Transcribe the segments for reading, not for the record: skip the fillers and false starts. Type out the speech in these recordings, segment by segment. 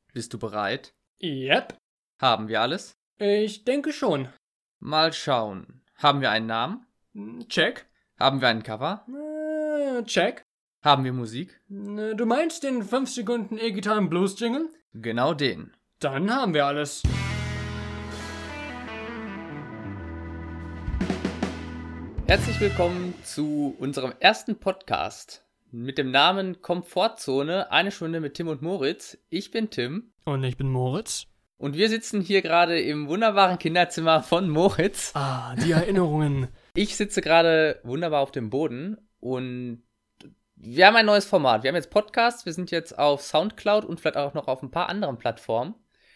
Bist du bereit? Yep, Haben wir alles? ich denke schon. Mal schauen. Haben wir einen Namen? Check. Haben wir ein Cover? Check. Haben wir Musik? Du meinst den 5 Sekunden E-Gitarre und Blues-Jingle? Genau den. Dann haben wir alles. Herzlich willkommen zu unserem ersten Podcast mit dem Namen Komfortzone, eine Stunde mit Tim und Moritz. Ich bin Tim. Und ich bin Moritz. Und wir sitzen hier gerade im wunderbaren Kinderzimmer von Moritz. Ah, die Erinnerungen. Ich sitze gerade wunderbar auf dem Boden und wir haben ein neues Format. Wir haben jetzt Podcasts, wir sind jetzt auf Soundcloud und vielleicht auch noch auf ein paar anderen Plattformen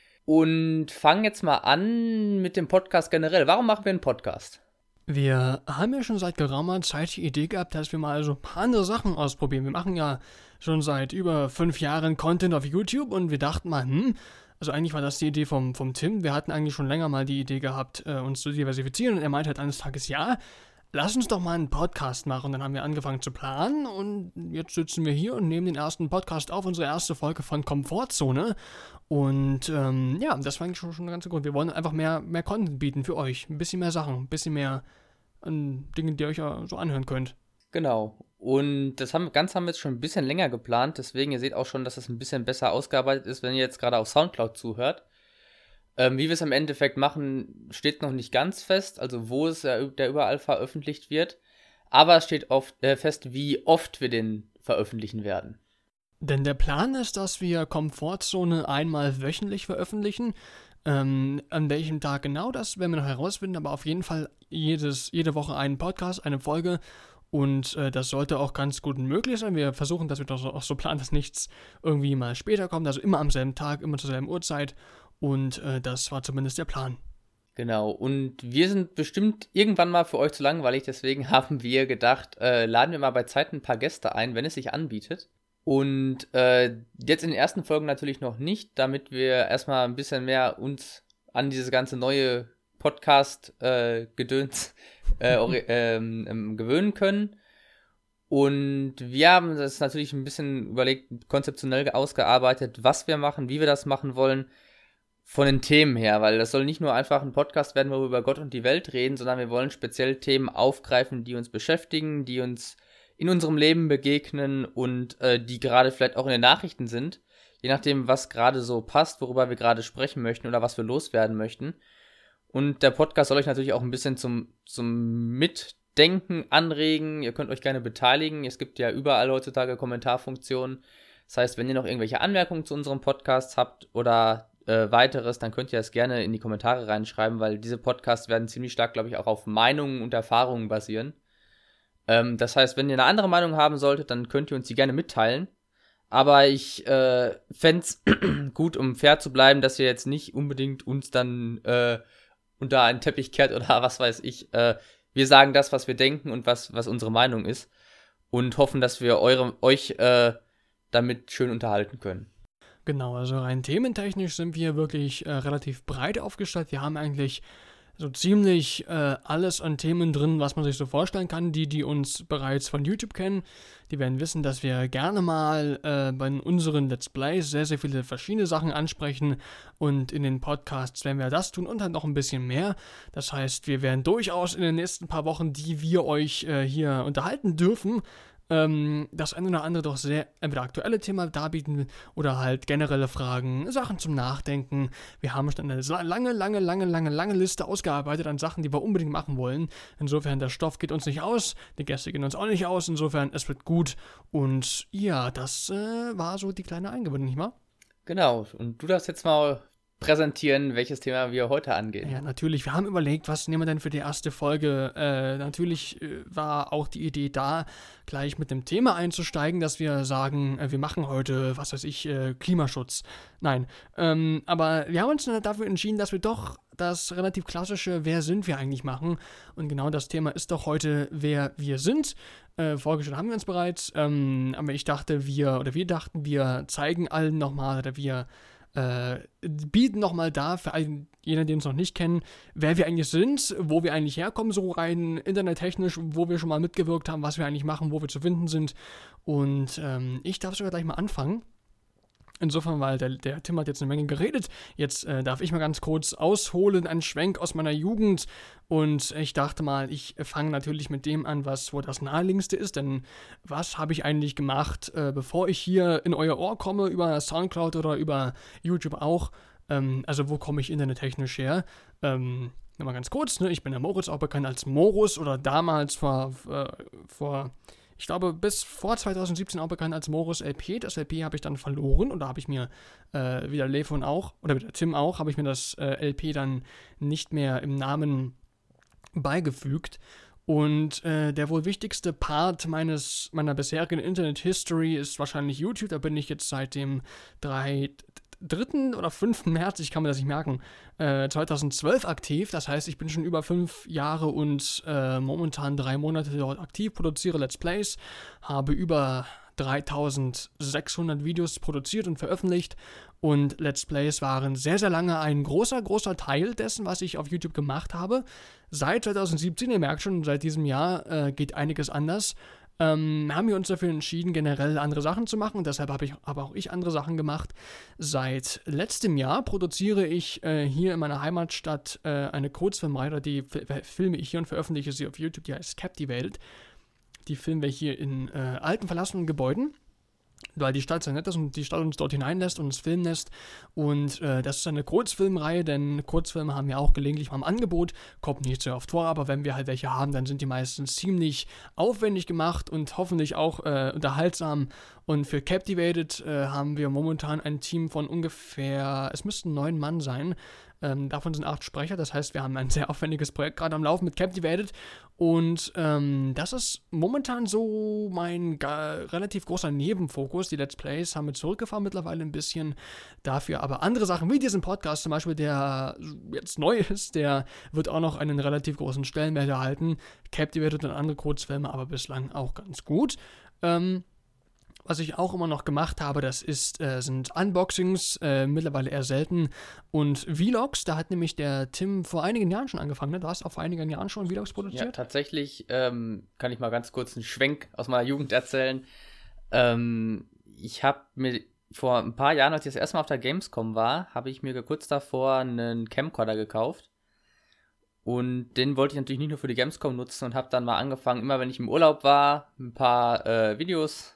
und fangen jetzt mal an mit dem Podcast generell. Warum machen wir einen Podcast? Wir haben ja schon seit geraumer Zeit die Idee gehabt, dass wir mal so ein paar andere Sachen ausprobieren. Wir machen ja schon seit über 5 Jahren Content auf YouTube und wir dachten mal, also eigentlich war das die Idee vom Tim. Wir hatten eigentlich schon länger mal die Idee gehabt, uns zu diversifizieren und er meinte halt eines Tages, ja, lass uns doch mal einen Podcast machen. Und dann haben wir angefangen zu planen und jetzt sitzen wir hier und nehmen den ersten Podcast auf, unsere erste Folge von Komfortzone. Und ja, das war eigentlich schon der ganze Grund. Wir wollen einfach mehr Content bieten für euch. Ein bisschen mehr Sachen, ein bisschen mehr Dinge, die ihr euch ja so anhören könnt. Genau. Und das haben wir jetzt schon ein bisschen länger geplant. Deswegen, ihr seht auch schon, dass es ein bisschen besser ausgearbeitet ist, wenn ihr jetzt gerade auf Soundcloud zuhört. Wie wir es im Endeffekt machen, steht noch nicht ganz fest. Also wo es der überall veröffentlicht wird. Aber es steht fest, wie oft wir den veröffentlichen werden. Denn der Plan ist, dass wir Komfortzone einmal wöchentlich veröffentlichen. An welchem Tag genau, das werden wir noch herausfinden, aber auf jeden Fall jede Woche einen Podcast, eine Folge und das sollte auch ganz gut möglich sein. Wir versuchen, dass wir das auch so planen, dass nichts irgendwie mal später kommt, also immer am selben Tag, immer zur selben Uhrzeit und das war zumindest der Plan. Genau, und wir sind bestimmt irgendwann mal für euch zu langweilig, deswegen haben wir gedacht, laden wir mal bei Zeit ein paar Gäste ein, wenn es sich anbietet. Und jetzt in den ersten Folgen natürlich noch nicht, damit wir erstmal ein bisschen mehr uns an dieses ganze neue Podcast-Gedöns gewöhnen können. Und wir haben das natürlich ein bisschen überlegt, konzeptionell ausgearbeitet, was wir machen, wie wir das machen wollen, von den Themen her, weil das soll nicht nur einfach ein Podcast werden, wo wir über Gott und die Welt reden, sondern wir wollen speziell Themen aufgreifen, die uns beschäftigen, die uns in unserem Leben begegnen und die gerade vielleicht auch in den Nachrichten sind, je nachdem, was gerade so passt, worüber wir gerade sprechen möchten oder was wir loswerden möchten. Und der Podcast soll euch natürlich auch ein bisschen zum Mitdenken anregen. Ihr könnt euch gerne beteiligen. Es gibt ja überall heutzutage Kommentarfunktionen. Das heißt, wenn ihr noch irgendwelche Anmerkungen zu unserem Podcast habt oder weiteres, dann könnt ihr das gerne in die Kommentare reinschreiben, weil diese Podcasts werden ziemlich stark, glaube ich, auch auf Meinungen und Erfahrungen basieren. Das heißt, wenn ihr eine andere Meinung haben solltet, dann könnt ihr uns die gerne mitteilen. Aber ich fände es gut, um fair zu bleiben, dass ihr jetzt nicht unbedingt uns dann unter einen Teppich kehrt oder was weiß ich. Wir sagen das, was wir denken und was unsere Meinung ist. Und hoffen, dass wir euch damit schön unterhalten können. Genau, also rein thementechnisch sind wir wirklich relativ breit aufgestellt. Wir haben eigentlich so ziemlich alles an Themen drin, was man sich so vorstellen kann. Die uns bereits von YouTube kennen, die werden wissen, dass wir gerne mal bei unseren Let's Plays sehr, sehr viele verschiedene Sachen ansprechen und in den Podcasts werden wir das tun und dann noch ein bisschen mehr. Das heißt, wir werden durchaus in den nächsten paar Wochen, die wir euch hier unterhalten dürfen, das eine oder andere doch sehr entweder aktuelle Thema darbieten oder halt generelle Fragen, Sachen zum Nachdenken. Wir haben schon eine lange Liste ausgearbeitet an Sachen, die wir unbedingt machen wollen. Insofern, der Stoff geht uns nicht aus, die Gäste gehen uns auch nicht aus. Insofern, es wird gut. Und ja, das war so die kleine Eingewöhnung, nicht wahr? Genau, und du darfst jetzt mal präsentieren, welches Thema wir heute angehen. Ja, natürlich. Wir haben überlegt, was nehmen wir denn für die erste Folge. Natürlich war auch die Idee da, gleich mit dem Thema einzusteigen, dass wir sagen, wir machen heute, was weiß ich, Klimaschutz. Nein, aber wir haben uns dafür entschieden, dass wir doch das relativ klassische Wer sind wir eigentlich machen. Und genau das Thema ist doch heute, wer wir sind. Vorgestellt haben wir uns bereits, aber wir dachten, wir zeigen allen nochmal, oder wir bieten nochmal da, für all jene, die uns noch nicht kennen, wer wir eigentlich sind, wo wir eigentlich herkommen, so rein internettechnisch, wo wir schon mal mitgewirkt haben, was wir eigentlich machen, wo wir zu finden sind. Und ich darf sogar gleich mal anfangen. insofern, weil der Tim hat jetzt eine Menge geredet. Jetzt darf ich mal ganz kurz ausholen, einen Schwenk aus meiner Jugend. Und ich dachte mal, ich fange natürlich mit dem an, was wohl das naheliegendste ist. Denn was habe ich eigentlich gemacht, bevor ich hier in euer Ohr komme, über Soundcloud oder über YouTube auch? Also wo komme ich internettechnisch her? Mal ganz kurz, ne? Ich bin der Moritz, auch bekannt als Morus oder damals ich glaube, bis vor 2017 auch bekannt als Morus LP. Das LP habe ich dann verloren und da habe ich mir, wie der Lefon auch, oder wie der Tim auch, habe ich mir das LP dann nicht mehr im Namen beigefügt. Und der wohl wichtigste Part meiner bisherigen Internet-History ist wahrscheinlich YouTube. Da bin ich jetzt seit dem 3. oder 5. März, ich kann mir das nicht merken, 2012 aktiv. Das heißt, ich bin schon über 5 Jahre und momentan 3 Monate dort aktiv, produziere Let's Plays, habe über 3600 Videos produziert und veröffentlicht und Let's Plays waren sehr, sehr lange ein großer, großer Teil dessen, was ich auf YouTube gemacht habe. Seit 2017, ihr merkt schon, seit diesem Jahr geht einiges anders. Haben wir uns dafür entschieden, generell andere Sachen zu machen und deshalb habe auch ich andere Sachen gemacht. Seit letztem Jahr produziere ich hier in meiner Heimatstadt eine Kurzfilmreihe, die filme ich hier und veröffentliche sie auf YouTube, die heißt Captivated. Die filmen wir hier in alten, verlassenen Gebäuden, weil die Stadt sehr nett ist und die Stadt uns dort hineinlässt und uns filmen lässt. Und das ist eine Kurzfilmreihe, denn Kurzfilme haben wir auch gelegentlich mal im Angebot. Kommt nicht so oft vor, aber wenn wir halt welche haben, dann sind die meistens ziemlich aufwendig gemacht und hoffentlich auch unterhaltsam. Und für Captivated haben wir momentan ein Team von ungefähr, es müssten 9 Mann sein. Davon sind 8 Sprecher, das heißt, wir haben ein sehr aufwendiges Projekt gerade am Laufen mit Captivated und das ist momentan so mein relativ großer Nebenfokus. Die Let's Plays haben wir zurückgefahren mittlerweile ein bisschen, dafür aber andere Sachen wie diesen Podcast zum Beispiel, der jetzt neu ist, der wird auch noch einen relativ großen Stellenwert erhalten. Captivated und andere Kurzfilme aber bislang auch ganz gut. Was ich auch immer noch gemacht habe, sind Unboxings, mittlerweile eher selten, und Vlogs. Da hat nämlich der Tim vor einigen Jahren schon angefangen, ne? Du hast auch vor einigen Jahren schon Vlogs produziert? Ja, tatsächlich kann ich mal ganz kurz einen Schwenk aus meiner Jugend erzählen. Ich habe mir vor ein paar Jahren, als ich das erste Mal auf der Gamescom war, habe ich mir kurz davor einen Camcorder gekauft. Und den wollte ich natürlich nicht nur für die Gamescom nutzen und habe dann mal angefangen, immer wenn ich im Urlaub war, ein paar Videos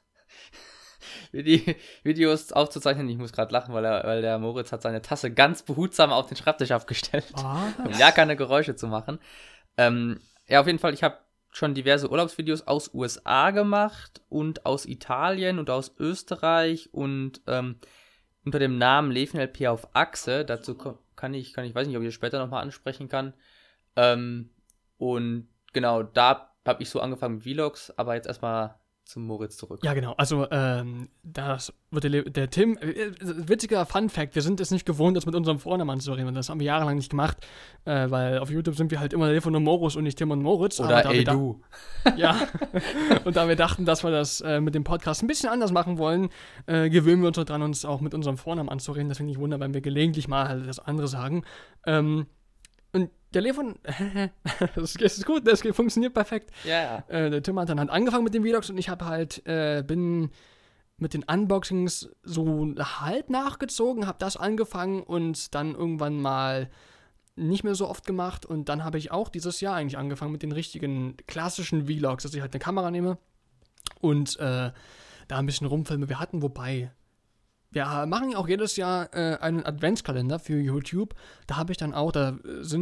aufzuzeichnen. Ich muss gerade lachen, weil der Moritz hat seine Tasse ganz behutsam auf den Schreibtisch aufgestellt, um ja keine Geräusche zu machen. Ja, auf jeden Fall, ich habe schon diverse Urlaubsvideos aus USA gemacht und aus Italien und aus Österreich und unter dem Namen LefenLP auf Achse. Dazu kann ich weiß nicht, ob ich das später nochmal ansprechen kann. Und genau, da habe ich so angefangen mit Vlogs, aber jetzt erstmal zum Moritz zurück. Ja, genau. Also, das wird der Tim, witziger Fun-Fact, wir sind es nicht gewohnt, das mit unserem Vornamen anzureden. Das haben wir jahrelang nicht gemacht, weil auf YouTube sind wir halt immer Lefon und Morus und nicht Tim und Moritz. Oder ey, du. Ja, und da wir dachten, dass wir das mit dem Podcast ein bisschen anders machen wollen, gewöhnen wir uns dran, uns auch mit unserem Vornamen anzureden. Deswegen nicht wundern, wenn wir gelegentlich mal halt das andere sagen. Und der Lefon, das ist gut, das funktioniert perfekt. Ja. Der Tim hat dann halt angefangen mit den Vlogs und ich habe halt, bin mit den Unboxings so halb nachgezogen, habe das angefangen und dann irgendwann mal nicht mehr so oft gemacht. Und dann habe ich auch dieses Jahr eigentlich angefangen mit den richtigen klassischen Vlogs, dass ich halt eine Kamera nehme und da ein bisschen rumfilme. Wir machen auch jedes Jahr einen Adventskalender für YouTube. Da habe ich dann auch, waren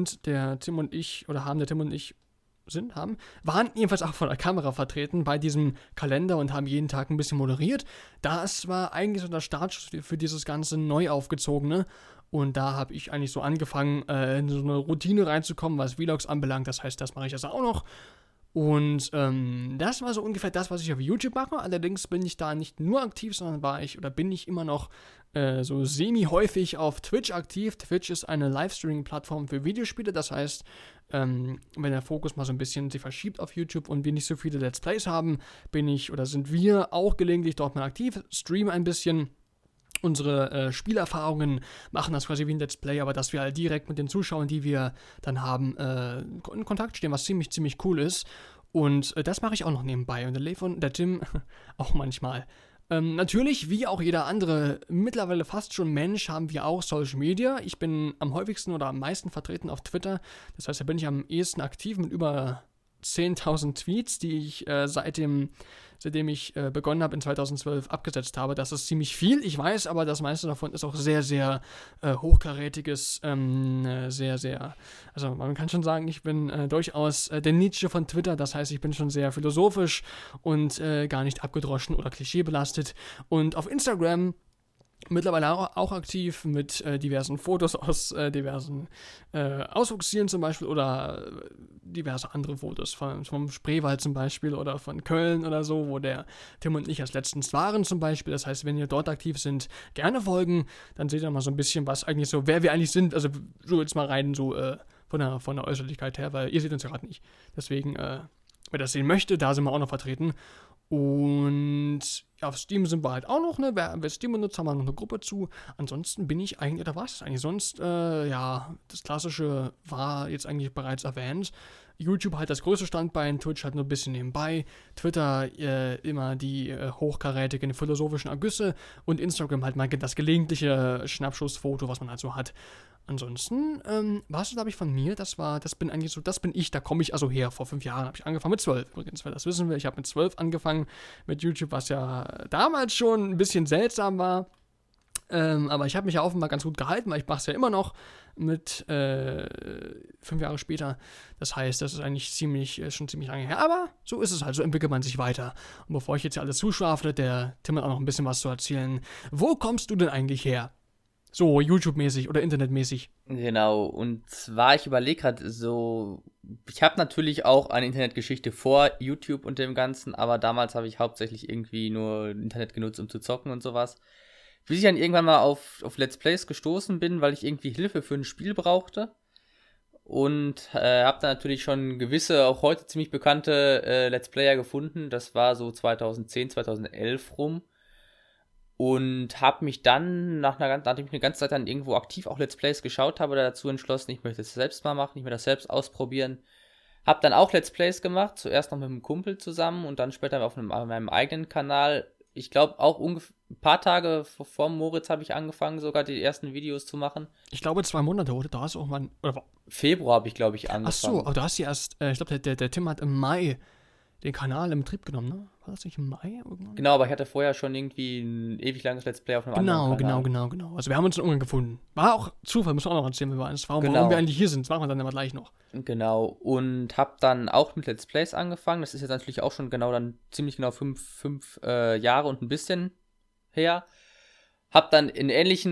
jedenfalls auch vor der Kamera vertreten bei diesem Kalender und haben jeden Tag ein bisschen moderiert. Das war eigentlich so der Startschuss für dieses ganze neu aufgezogene. Und da habe ich eigentlich so angefangen, in so eine Routine reinzukommen, was Vlogs anbelangt. Das heißt, das mache ich jetzt auch noch. Und das war so ungefähr das, was ich auf YouTube mache. Allerdings bin ich da nicht nur aktiv, sondern bin ich immer noch so semi-häufig auf Twitch aktiv. Twitch ist eine Livestreaming-Plattform für Videospiele. Das heißt, wenn der Fokus mal so ein bisschen sich verschiebt auf YouTube und wir nicht so viele Let's Plays haben, sind wir auch gelegentlich dort mal aktiv, streamen ein bisschen unsere Spielerfahrungen, machen das quasi wie ein Let's Play, aber dass wir halt direkt mit den Zuschauern, die wir dann haben, in Kontakt stehen, was ziemlich, ziemlich cool ist. Und das mache ich auch noch nebenbei. Und der Tim auch manchmal. Natürlich, wie auch jeder andere, mittlerweile fast schon Mensch, haben wir auch Social Media. Ich bin am häufigsten oder am meisten vertreten auf Twitter. Das heißt, da bin ich am ehesten aktiv mit über 10.000 Tweets, die ich seitdem ich begonnen habe in 2012 abgesetzt habe. Das ist ziemlich viel, ich weiß, aber das meiste davon ist auch sehr, sehr hochkarätiges, also man kann schon sagen, ich bin durchaus der Nietzsche von Twitter, das heißt, ich bin schon sehr philosophisch und gar nicht abgedroschen oder klischeebelastet. Und auf Instagram mittlerweile auch aktiv mit diversen Fotos aus diversen Ausflugszielen zum Beispiel oder diverse andere Fotos vom Spreewald zum Beispiel oder von Köln oder so, wo der Tim und ich als letztens waren zum Beispiel. Das heißt, wenn ihr dort aktiv sind, gerne folgen, dann seht ihr mal so ein bisschen, was eigentlich so, wer wir eigentlich sind. Also so jetzt mal rein so von der Äußerlichkeit her, weil ihr seht uns ja gerade nicht. Deswegen, wer das sehen möchte, da sind wir auch noch vertreten. Und ja, auf Steam sind wir halt auch noch, ne? Wer Steam benutzt, haben wir noch eine Gruppe zu. Ansonsten bin ich eigentlich, oder was ist eigentlich sonst? Das Klassische war jetzt eigentlich bereits erwähnt. YouTube halt das größte Standbein, Twitch halt nur ein bisschen nebenbei, Twitter immer die hochkarätigen philosophischen Ergüsse und Instagram halt mal das gelegentliche Schnappschussfoto, was man halt so hat. Ansonsten, was glaube ich von mir, das bin ich, da komme ich also her. Vor 5 Jahren habe ich angefangen mit 12, übrigens, weil das wissen wir. Ich habe mit 12 angefangen mit YouTube, was ja damals schon ein bisschen seltsam war. Aber ich habe mich ja offenbar ganz gut gehalten, weil ich mache es ja immer noch mit 5 Jahre später. Das heißt, das ist eigentlich schon ziemlich lange her. Aber so ist es halt, so entwickelt man sich weiter. Und bevor ich jetzt hier alles zuschwafle, der Tim hat auch noch ein bisschen was zu erzählen. Wo kommst du denn eigentlich her? So YouTube-mäßig oder Internetmäßig. Genau, und zwar, ich überlege gerade so, ich habe natürlich auch eine Internetgeschichte vor YouTube und dem Ganzen, aber damals habe ich hauptsächlich irgendwie nur Internet genutzt, um zu zocken und sowas. Bis ich dann irgendwann mal auf Let's Plays gestoßen bin, weil ich irgendwie Hilfe für ein Spiel brauchte. Und habe dann natürlich schon gewisse, auch heute ziemlich bekannte Let's Player gefunden. Das war so 2010, 2011 rum. Und habe mich dann, nachdem ich eine ganze Zeit dann irgendwo aktiv auch Let's Plays geschaut habe, dazu entschlossen, ich möchte es selbst mal machen, ich möchte das selbst ausprobieren. Habe dann auch Let's Plays gemacht, zuerst noch mit einem Kumpel zusammen und dann später auf meinem eigenen Kanal. Ich glaube auch ungefähr ein paar Tage vor Moritz habe ich angefangen, sogar die ersten Videos zu machen. Ich glaube 2 Monate, oder? Da hast du auch mal... Februar habe ich, glaube ich, angefangen. Ach so, aber du hast ja erst... ich glaube, der Tim hat im Mai den Kanal in Betrieb genommen, ne? War das nicht im Mai irgendwann? Genau, aber ich hatte vorher schon irgendwie ein ewig langes Let's Play auf einem anderen Kanal. Genau. Also wir haben uns in Ungarn gefunden. War auch Zufall, muss man auch noch erzählen, warum wir eigentlich hier sind. Das machen wir dann aber gleich noch. Genau, und habe dann auch mit Let's Plays angefangen. Das ist jetzt natürlich auch schon ziemlich genau 5 Jahre und ein bisschen her. Hab dann in ähnliche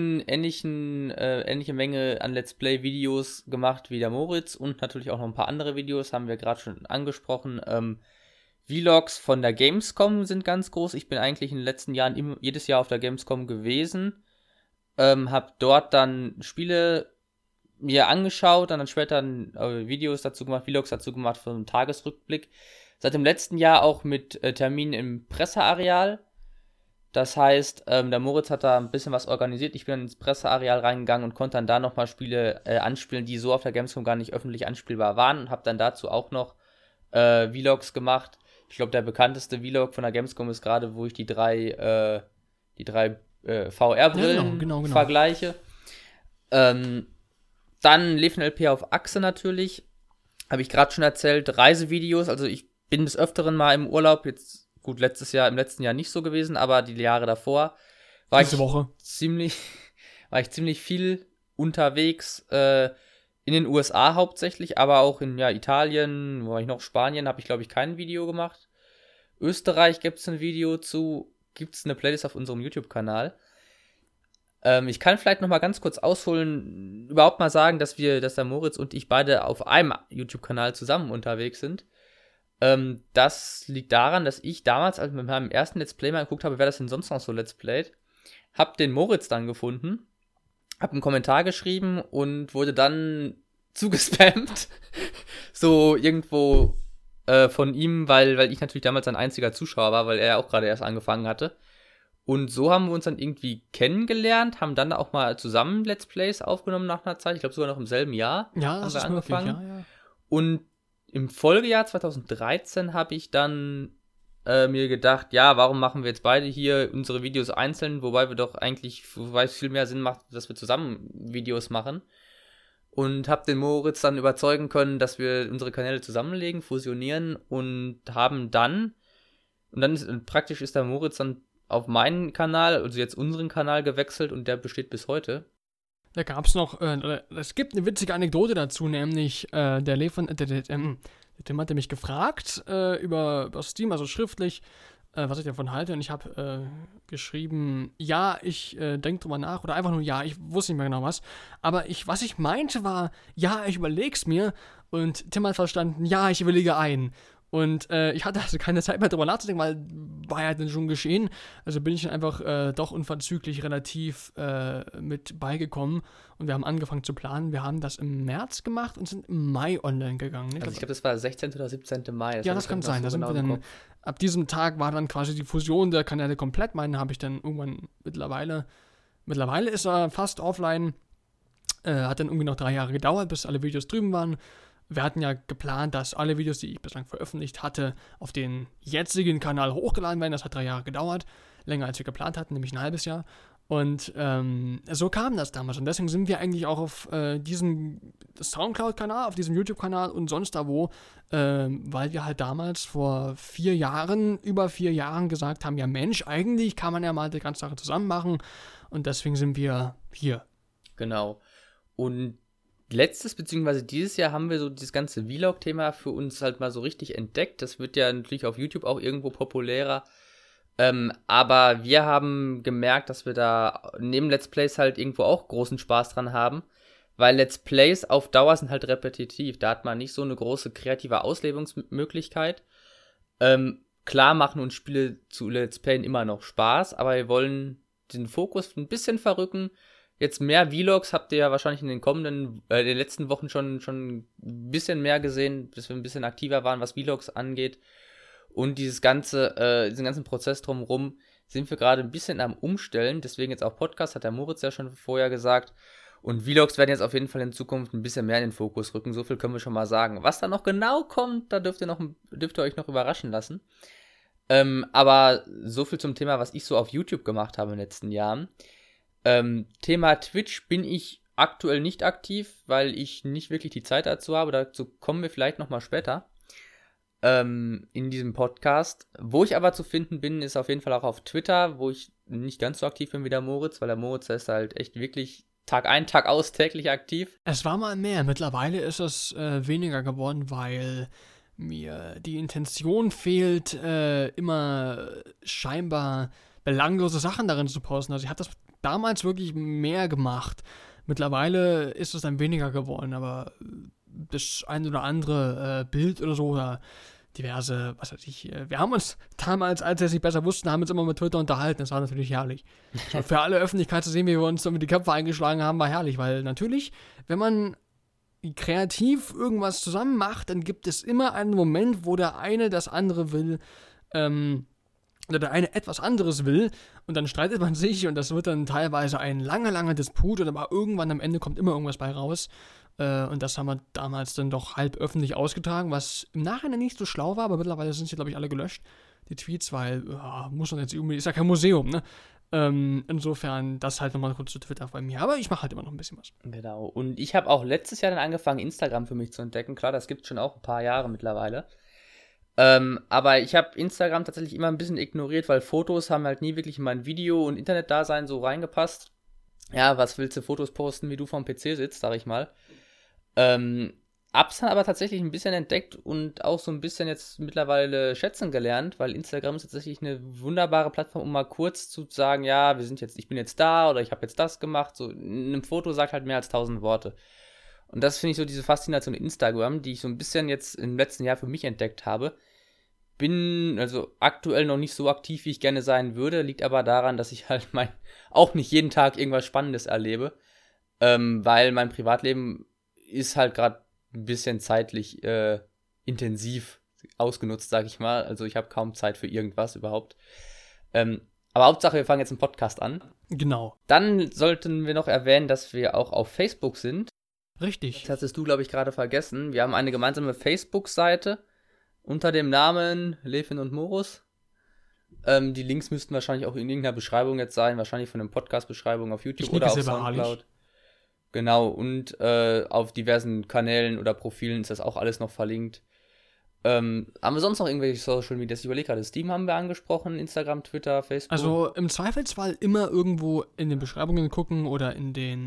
Menge an Let's Play Videos gemacht wie der Moritz und natürlich auch noch ein paar andere Videos, haben wir gerade schon angesprochen. Vlogs von der Gamescom sind ganz groß. Ich bin eigentlich in den letzten Jahren jedes Jahr auf der Gamescom gewesen. Hab dort dann Spiele mir angeschaut, dann später Videos dazu gemacht, Vlogs dazu gemacht für einen Tagesrückblick. Seit dem letzten Jahr auch mit Terminen im Presseareal. Das heißt, der Moritz hat da ein bisschen was organisiert. Ich bin dann ins Presseareal reingegangen und konnte dann da nochmal Spiele anspielen, die so auf der Gamescom gar nicht öffentlich anspielbar waren. Und habe dann dazu auch noch Vlogs gemacht. Ich glaube, der bekannteste Vlog von der Gamescom ist gerade, wo ich die drei VR-Brillen genau. vergleiche. Dann Leven LP auf Achse natürlich. Habe ich gerade schon erzählt. Reisevideos. Also ich bin des Öfteren mal im Urlaub. Jetzt, gut, im letzten Jahr nicht so gewesen, aber die Jahre davor war ich ziemlich viel unterwegs. In den USA hauptsächlich, aber auch in Italien, wo war ich noch, Spanien, habe ich, glaube ich, kein Video gemacht. Österreich gibt es ein Video zu, gibt es eine Playlist auf unserem YouTube-Kanal. Ich kann vielleicht noch mal ganz kurz ausholen, überhaupt mal sagen, dass der Moritz und ich beide auf einem YouTube-Kanal zusammen unterwegs sind. Das liegt daran, dass ich damals, als ich mit meinem ersten Let's Play mal geguckt habe, wer das denn sonst noch so Let's Playt, hab den Moritz dann gefunden, hab einen Kommentar geschrieben und wurde dann zugespammt. So irgendwo von ihm, weil ich natürlich damals ein einziger Zuschauer war, weil er ja auch gerade erst angefangen hatte. Und so haben wir uns dann irgendwie kennengelernt, haben dann auch mal zusammen Let's Plays aufgenommen nach einer Zeit. Ich glaube sogar noch im selben Jahr haben wir angefangen. Ja. Und im Folgejahr 2013 habe ich dann mir gedacht, ja, warum machen wir jetzt beide hier unsere Videos einzeln, wobei es viel mehr Sinn macht, dass wir zusammen Videos machen. Und habe den Moritz dann überzeugen können, dass wir unsere Kanäle zusammenlegen, fusionieren und praktisch ist der Moritz dann auf meinen Kanal, also jetzt unseren Kanal gewechselt und der besteht bis heute. Da gab es noch, es gibt eine witzige Anekdote dazu, nämlich der Tim hatte mich gefragt über Steam, also schriftlich, was ich davon halte, und ich habe geschrieben, ja, ich denke drüber nach, oder einfach nur ja, ich wusste nicht mehr genau was, aber was ich meinte war, ja, ich überleg's mir, und Tim hat verstanden, ja, ich überlege ein. Und ich hatte also keine Zeit mehr drüber nachzudenken, weil war ja dann schon geschehen. Also bin ich dann einfach doch unverzüglich relativ mit beigekommen. Und wir haben angefangen zu planen. Wir haben das im März gemacht und sind im Mai online gegangen. Also ich glaube, das war 16. oder 17. Mai. Ja, das kann sein. Da sind wir dann, ab diesem Tag war dann quasi die Fusion der Kanäle komplett. Meinen habe ich dann irgendwann mittlerweile ist er fast offline. Hat dann irgendwie noch 3 Jahre gedauert, bis alle Videos drüben waren. Wir hatten ja geplant, dass alle Videos, die ich bislang veröffentlicht hatte, auf den jetzigen Kanal hochgeladen werden. Das hat 3 Jahre gedauert. Länger als wir geplant hatten, nämlich ein halbes Jahr. Und so kam das damals. Und deswegen sind wir eigentlich auch auf diesem Soundcloud-Kanal, auf diesem YouTube-Kanal und sonst da wo, weil wir halt damals vor über 4 Jahren gesagt haben, ja Mensch, eigentlich kann man ja mal die ganze Sache zusammen machen. Und deswegen sind wir hier. Genau. Und letztes bzw. dieses Jahr haben wir so dieses ganze Vlog-Thema für uns halt mal so richtig entdeckt. Das wird ja natürlich auf YouTube auch irgendwo populärer. Aber wir haben gemerkt, dass wir da neben Let's Plays halt irgendwo auch großen Spaß dran haben. Weil Let's Plays auf Dauer sind halt repetitiv. Da hat man nicht so eine große kreative Auslebungsmöglichkeit. Klar machen uns Spiele zu Let's Playen immer noch Spaß, aber wir wollen den Fokus ein bisschen verrücken. Jetzt mehr Vlogs habt ihr ja wahrscheinlich in den letzten Wochen schon ein bisschen mehr gesehen, bis wir ein bisschen aktiver waren, was Vlogs angeht. Und diesen ganzen Prozess drumherum sind wir gerade ein bisschen am Umstellen. Deswegen jetzt auch Podcast, hat der Moritz ja schon vorher gesagt. Und Vlogs werden jetzt auf jeden Fall in Zukunft ein bisschen mehr in den Fokus rücken. So viel können wir schon mal sagen. Was da noch genau kommt, da dürft ihr euch noch überraschen lassen. Aber so viel zum Thema, was ich so auf YouTube gemacht habe in den letzten Jahren. Thema Twitch bin ich aktuell nicht aktiv, weil ich nicht wirklich die Zeit dazu habe. Dazu kommen wir vielleicht nochmal später in diesem Podcast. Wo ich aber zu finden bin, ist auf jeden Fall auch auf Twitter, wo ich nicht ganz so aktiv bin wie der Moritz, weil der Moritz ist halt echt wirklich Tag ein, Tag aus täglich aktiv. Es war mal mehr. Mittlerweile ist es weniger geworden, weil mir die Intention fehlt, immer scheinbar belanglose Sachen darin zu posten. Also ich habe das damals wirklich mehr gemacht. Mittlerweile ist es dann weniger geworden, aber das ein oder andere Bild oder so oder diverse, was weiß ich, wir haben uns damals, als wir es nicht besser wussten, haben uns immer mit Twitter unterhalten. Das war natürlich herrlich. Für alle Öffentlichkeit zu sehen, wie wir uns so mit die Köpfe eingeschlagen haben, war herrlich, weil natürlich, wenn man kreativ irgendwas zusammen macht, dann gibt es immer einen Moment, wo der eine das andere will, oder der eine etwas anderes will und dann streitet man sich und das wird dann teilweise ein langer Disput und aber irgendwann am Ende kommt immer irgendwas bei raus und das haben wir damals dann doch halb öffentlich ausgetragen, was im Nachhinein nicht so schlau war, aber mittlerweile sind sie, glaube ich, alle gelöscht, die Tweets, weil muss man jetzt irgendwie, ist ja kein Museum, ne? Insofern, das halt nochmal kurz zu Twitter bei mir, aber ich mache halt immer noch ein bisschen was. Genau, und ich habe auch letztes Jahr dann angefangen, Instagram für mich zu entdecken, klar, das gibt es schon auch ein paar Jahre mittlerweile. Aber ich habe Instagram tatsächlich immer ein bisschen ignoriert, weil Fotos haben halt nie wirklich in mein Video- und Internetdasein so reingepasst. Ja, was willst du Fotos posten, wie du vorm PC sitzt, sag ich mal. Hab's dann aber tatsächlich ein bisschen entdeckt und auch so ein bisschen jetzt mittlerweile schätzen gelernt, weil Instagram ist tatsächlich eine wunderbare Plattform, um mal kurz zu sagen, ja, ich bin jetzt da oder ich habe jetzt das gemacht. So, in einem Foto sagt halt mehr als 1000 Worte. Und das finde ich so diese Faszination Instagram, die ich so ein bisschen jetzt im letzten Jahr für mich entdeckt habe. Bin also aktuell noch nicht so aktiv, wie ich gerne sein würde, liegt aber daran, dass ich halt auch nicht jeden Tag irgendwas Spannendes erlebe, weil mein Privatleben ist halt gerade ein bisschen zeitlich intensiv ausgenutzt, sag ich mal. Also ich habe kaum Zeit für irgendwas überhaupt. Aber Hauptsache, wir fangen jetzt einen Podcast an. Genau. Dann sollten wir noch erwähnen, dass wir auch auf Facebook sind. Richtig. Das hattest du, glaube ich, gerade vergessen. Wir haben eine gemeinsame Facebook-Seite unter dem Namen Levin und Morus. Die Links müssten wahrscheinlich auch in irgendeiner Beschreibung jetzt sein, wahrscheinlich von der Podcast-Beschreibung auf YouTube oder auf Soundcloud. Genau, und auf diversen Kanälen oder Profilen ist das auch alles noch verlinkt. Haben wir sonst noch irgendwelche Social Media? Ich überlege gerade, Steam haben wir angesprochen, Instagram, Twitter, Facebook. Also im Zweifelsfall immer irgendwo in den Beschreibungen gucken oder in den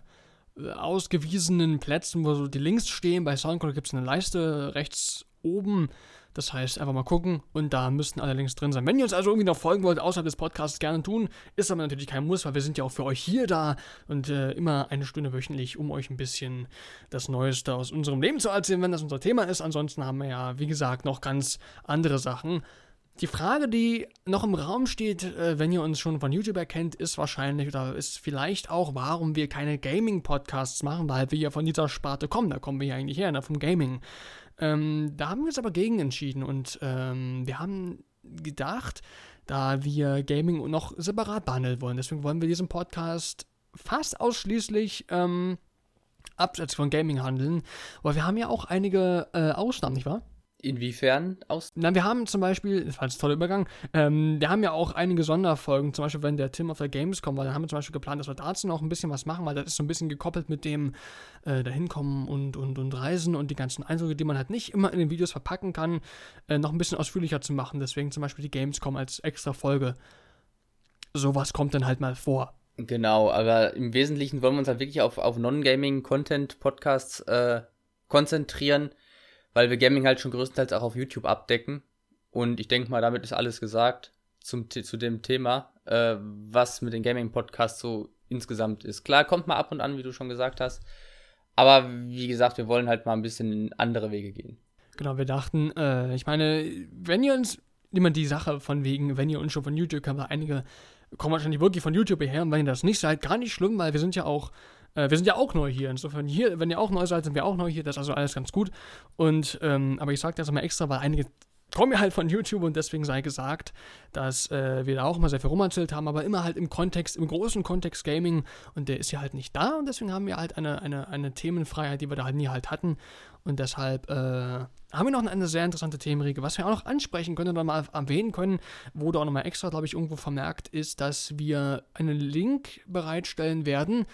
ausgewiesenen Plätzen, wo so die Links stehen. Bei Soundcloud gibt es eine Leiste rechts oben. Das heißt, einfach mal gucken und da müssten alle Links drin sein. Wenn ihr uns also irgendwie noch folgen wollt, außerhalb des Podcasts, gerne tun. Ist aber natürlich kein Muss, weil wir sind ja auch für euch hier da und immer eine Stunde wöchentlich, um euch ein bisschen das Neueste aus unserem Leben zu erzählen, wenn das unser Thema ist. Ansonsten haben wir ja, wie gesagt, noch ganz andere Sachen. Die Frage, die noch im Raum steht, wenn ihr uns schon von YouTube erkennt, ist wahrscheinlich oder ist vielleicht auch, warum wir keine Gaming-Podcasts machen, weil wir ja von dieser Sparte kommen. Da kommen wir ja eigentlich her, ne, vom Gaming. Da haben wir uns aber gegen entschieden und wir haben gedacht, da wir Gaming noch separat behandeln wollen, deswegen wollen wir diesen Podcast fast ausschließlich abseits von Gaming handeln, weil wir haben ja auch einige Ausnahmen, nicht wahr? Inwiefern Na, wir haben zum Beispiel, das war jetzt ein toller Übergang, wir haben ja auch einige Sonderfolgen, zum Beispiel wenn der Tim auf der Games kommt, weil dann haben wir zum Beispiel geplant, dass wir dazu noch ein bisschen was machen, weil das ist so ein bisschen gekoppelt mit dem dahin kommen und Reisen und die ganzen Eindrücke, die man halt nicht immer in den Videos verpacken kann, noch ein bisschen ausführlicher zu machen. Deswegen zum Beispiel die Gamescom als extra Folge. Sowas kommt dann halt mal vor. Genau, aber im Wesentlichen wollen wir uns halt wirklich auf Non-Gaming-Content-Podcasts konzentrieren, weil wir Gaming halt schon größtenteils auch auf YouTube abdecken. Und ich denke mal, damit ist alles gesagt zu dem Thema, was mit den Gaming-Podcasts so insgesamt ist. Klar, kommt mal ab und an, wie du schon gesagt hast. Aber wie gesagt, wir wollen halt mal ein bisschen in andere Wege gehen. Genau, wir dachten, ich meine, wenn ihr uns, immer die Sache von wegen, wenn ihr uns schon von YouTube kennt, weil einige kommen wahrscheinlich wirklich von YouTube her. Und wenn ihr das nicht seid, gar nicht schlimm, weil wir sind ja auch neu hier. Insofern hier, wenn ihr auch neu seid, sind wir auch neu hier. Das ist also alles ganz gut. Und, aber ich sage das immer extra, weil einige kommen ja halt von YouTube und deswegen sei gesagt, dass wir da auch mal sehr viel rumerzählt haben, aber immer halt im großen Kontext Gaming und der ist ja halt nicht da und deswegen haben wir halt eine Themenfreiheit, die wir da halt nie halt hatten und deshalb haben wir noch eine sehr interessante Themenriege. Was wir auch noch ansprechen können oder mal erwähnen können, wurde auch nochmal extra, glaube ich, irgendwo vermerkt, ist, dass wir einen Link bereitgestellt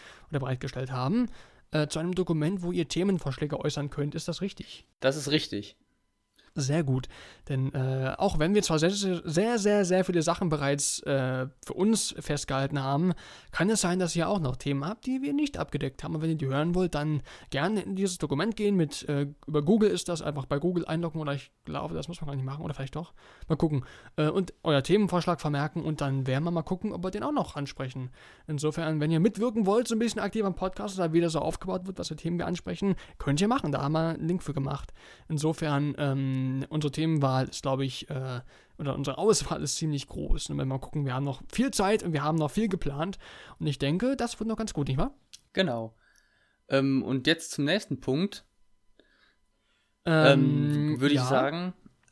haben, zu einem Dokument, wo ihr Themenvorschläge äußern könnt. Ist das richtig? Das ist richtig. Sehr gut, denn auch wenn wir zwar sehr, sehr, sehr, sehr viele Sachen bereits für uns festgehalten haben, kann es sein, dass ihr auch noch Themen habt, die wir nicht abgedeckt haben. Und wenn ihr die hören wollt, dann gerne in dieses Dokument gehen. Über Google ist das, einfach bei Google einloggen oder ich glaube, das muss man gar nicht machen oder vielleicht doch. Mal gucken. Und euer Themenvorschlag vermerken und dann werden wir mal gucken, ob wir den auch noch ansprechen. Insofern, wenn ihr mitwirken wollt, so ein bisschen aktiv am Podcast oder wie das so aufgebaut wird, was für Themen wir ansprechen, könnt ihr machen. Da haben wir einen Link für gemacht. Insofern, unsere Themenwahl ist, glaube ich, oder unsere Auswahl ist ziemlich groß. Und wenn wir mal gucken, wir haben noch viel Zeit und wir haben noch viel geplant. Und ich denke, das wird noch ganz gut, nicht wahr? Genau. Und jetzt zum nächsten Punkt. Würde ich sagen,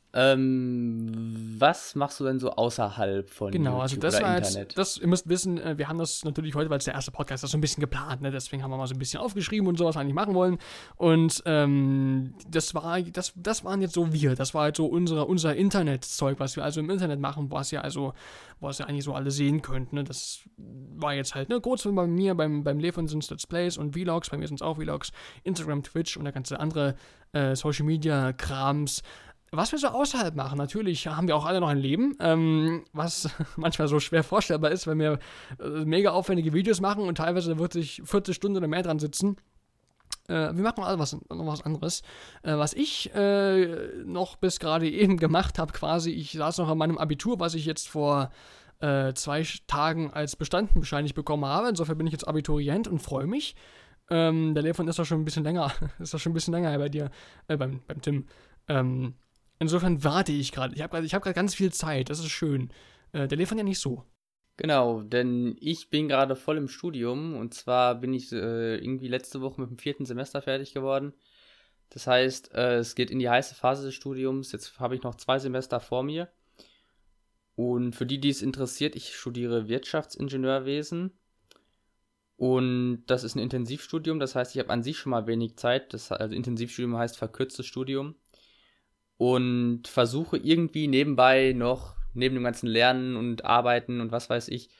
was machst du denn so außerhalb von genau, YouTube also das oder war Internet? Jetzt, ihr müsst wissen, wir haben das natürlich heute, weil es der erste Podcast ist, so ein bisschen geplant, ne? Deswegen haben wir mal so ein bisschen aufgeschrieben und sowas eigentlich machen wollen. Und das waren jetzt so das war halt so unser Internetzeug, was wir also im Internet machen, was ihr eigentlich so alle sehen könnt. Ne? Das war jetzt halt, ne, kurz bei mir, beim Levon sind es Let's Plays und Vlogs, bei mir sind es auch Vlogs, Instagram, Twitch und der ganze andere Social Media Krams. Was wir so außerhalb machen, natürlich haben wir auch alle noch ein Leben, was manchmal so schwer vorstellbar ist, wenn wir mega aufwendige Videos machen und teilweise wird sich 40 Stunden oder mehr dran sitzen. Wir machen alle noch was anderes. Was ich noch bis gerade eben gemacht habe, quasi, ich saß noch an meinem Abitur, was ich jetzt vor 2 Tagen als bestanden bescheinigt bekommen habe. Insofern bin ich jetzt Abiturient und freue mich. Der Levon ist doch schon ein bisschen länger, her bei dir, beim Tim. Insofern warte ich gerade. Ich hab gerade ganz viel Zeit. Das ist schön. Der Levon ja nicht so. Genau, denn ich bin gerade voll im Studium. Und zwar bin ich irgendwie letzte Woche mit dem 4. Semester fertig geworden. Das heißt, es geht in die heiße Phase des Studiums. Jetzt habe ich noch 2 Semester vor mir. Und für die es interessiert, ich studiere Wirtschaftsingenieurwesen. Und das ist ein Intensivstudium. Das heißt, ich habe an sich schon mal wenig Zeit. Also Intensivstudium heißt verkürztes Studium. Und versuche irgendwie nebenbei noch neben dem ganzen Lernen und Arbeiten und was weiß ich,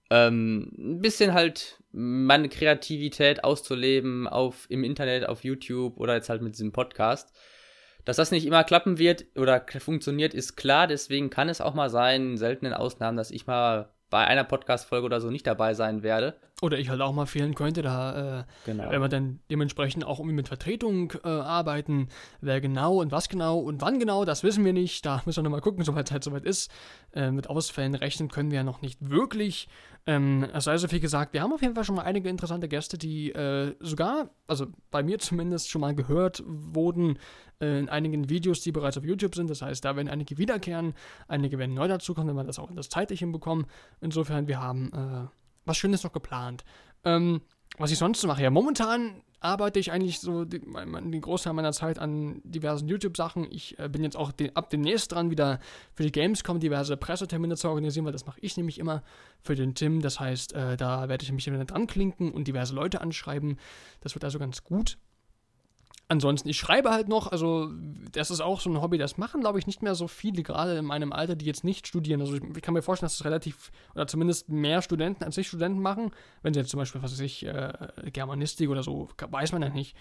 ein bisschen halt meine Kreativität auszuleben im Internet, auf YouTube oder jetzt halt mit diesem Podcast. Dass das nicht immer klappen wird oder funktioniert, ist klar. Deswegen kann es auch mal sein, in seltenen Ausnahmen, dass ich mal bei einer Podcast-Folge oder so nicht dabei sein werde. Oder ich halt auch mal fehlen könnte, Genau. wenn wir dann dementsprechend auch irgendwie mit Vertretung arbeiten, wer genau und was genau und wann genau, das wissen wir nicht. Da müssen wir nochmal gucken, sobald es halt soweit ist. Mit Ausfällen rechnen können wir ja noch nicht wirklich. Es sei so viel gesagt, wir haben auf jeden Fall schon mal einige interessante Gäste, die sogar, also bei mir zumindest, schon mal gehört wurden in einigen Videos, die bereits auf YouTube sind. Das heißt, da werden einige wiederkehren, einige werden neu dazukommen, wenn wir das auch das zeitlich hinbekommen. Insofern, wir haben was Schönes noch geplant. Was ich sonst so mache, ja, momentan arbeite ich eigentlich so den Großteil meiner Zeit an diversen YouTube-Sachen. Ich bin jetzt auch ab demnächst dran, wieder für die Gamescom diverse Pressetermine zu organisieren, weil das mache ich nämlich immer für den Tim. Das heißt, da werde ich mich wieder dran klinken und diverse Leute anschreiben. Das wird also ganz gut. Ansonsten, ich schreibe halt noch, also das ist auch so ein Hobby, das machen, glaube ich, nicht mehr so viele, gerade in meinem Alter, die jetzt nicht studieren. Also ich kann mir vorstellen, dass es relativ, oder zumindest mehr Studenten als Nicht-Studenten machen, wenn sie jetzt zum Beispiel, was weiß ich, Germanistik oder so, weiß man ja nicht.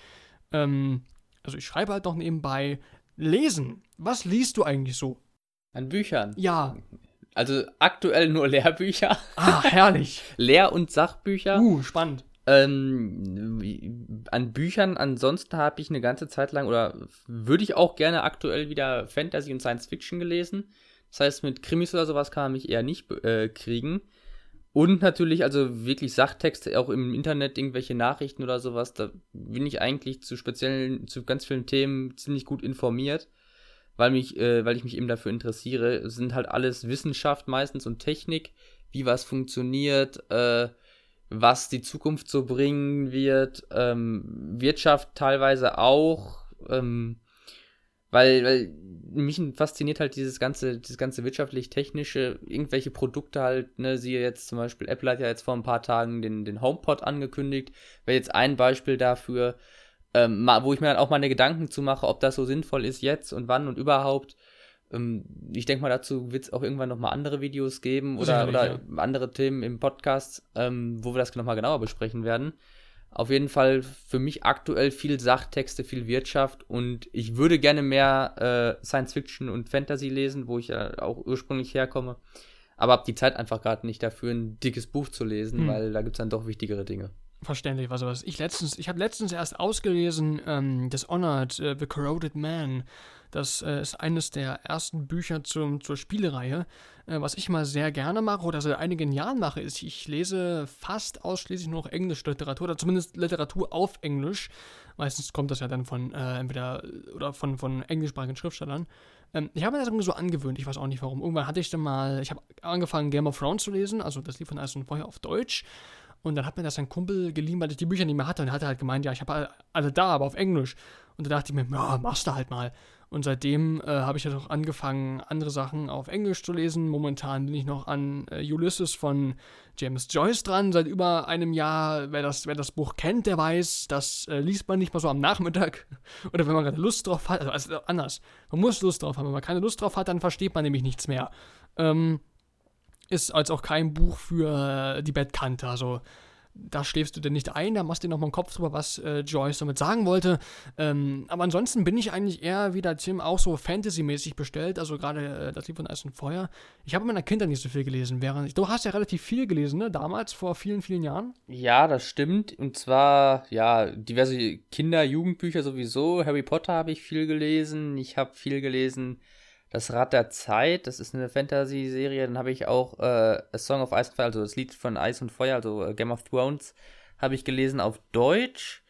Also ich schreibe halt noch nebenbei. Lesen, was liest du eigentlich so? An Büchern? Ja. Also aktuell nur Lehrbücher. Ah, herrlich. Lehr- und Sachbücher. Spannend. An Büchern ansonsten habe ich eine ganze Zeit lang oder würde ich auch gerne aktuell wieder Fantasy und Science Fiction gelesen. Das heißt, mit Krimis oder sowas kann man mich eher nicht kriegen. Und natürlich also wirklich Sachtexte, auch im Internet irgendwelche Nachrichten oder sowas. Da bin ich eigentlich zu ganz vielen Themen ziemlich gut informiert, weil ich mich eben dafür interessiere. Es sind halt alles Wissenschaft meistens und Technik, wie was funktioniert, was die Zukunft so bringen wird, Wirtschaft teilweise auch, weil mich fasziniert halt dieses ganze wirtschaftlich-technische, irgendwelche Produkte halt, ne, siehe jetzt zum Beispiel, Apple hat ja jetzt vor ein paar Tagen den HomePod angekündigt, wäre jetzt ein Beispiel dafür, wo ich mir dann auch meine Gedanken zu mache, ob das so sinnvoll ist jetzt und wann und überhaupt. Ich denke mal, dazu wird es auch irgendwann nochmal andere Videos geben oder andere Themen im Podcast, wo wir das nochmal genauer besprechen werden. Auf jeden Fall für mich aktuell viel Sachtexte, viel Wirtschaft und ich würde gerne mehr Science Fiction und Fantasy lesen, wo ich ja auch ursprünglich herkomme. Aber habe die Zeit einfach gerade nicht dafür, ein dickes Buch zu lesen, weil da gibt es dann doch wichtigere Dinge. Verständlich, was ich habe letztens erst ausgelesen, Dishonored, The Corroded Man. Das ist eines der ersten Bücher zur Spielereihe. Was ich mal sehr gerne mache oder seit einigen Jahren mache, ist, ich lese fast ausschließlich nur noch englische Literatur oder zumindest Literatur auf Englisch. Meistens kommt das ja dann von entweder oder von englischsprachigen Schriftstellern. Ich habe mir das irgendwie so angewöhnt, ich weiß auch nicht warum. Irgendwann ich habe angefangen Game of Thrones zu lesen, also das lief von Eis und Feuer auf Deutsch. Und dann hat mir das ein Kumpel geliehen, weil ich die Bücher nicht mehr hatte. Und er hatte halt gemeint, ja, ich habe alle da, aber auf Englisch. Und da dachte ich mir, ja, machst du halt mal. Und seitdem habe ich ja auch angefangen, andere Sachen auf Englisch zu lesen. Momentan bin ich noch an Ulysses von James Joyce dran. Seit über einem Jahr, wer das Buch kennt, der weiß, das liest man nicht mal so am Nachmittag. Oder wenn man gerade Lust drauf hat. Also anders. Man muss Lust drauf haben. Wenn man keine Lust drauf hat, dann versteht man nämlich nichts mehr. Ist als auch kein Buch für die Bettkante. Also da schläfst du denn nicht ein, da machst du dir nochmal einen Kopf drüber, was Joyce damit sagen wollte. Aber ansonsten bin ich eigentlich eher wie der Tim auch so Fantasy-mäßig bestellt. Also gerade das Lied von Eis und Feuer. Ich habe in meiner Kindheit nicht so viel gelesen. Du hast ja relativ viel gelesen, ne? Damals, vor vielen, vielen Jahren. Ja, das stimmt. Und zwar, ja, diverse Kinder-Jugendbücher sowieso. Harry Potter habe ich viel gelesen. Ich habe viel gelesen. Das Rad der Zeit, das ist eine Fantasy-Serie. Dann habe ich auch A Song of Ice and Fire, also das Lied von Eis und Feuer, also Game of Thrones, habe ich gelesen auf Deutsch.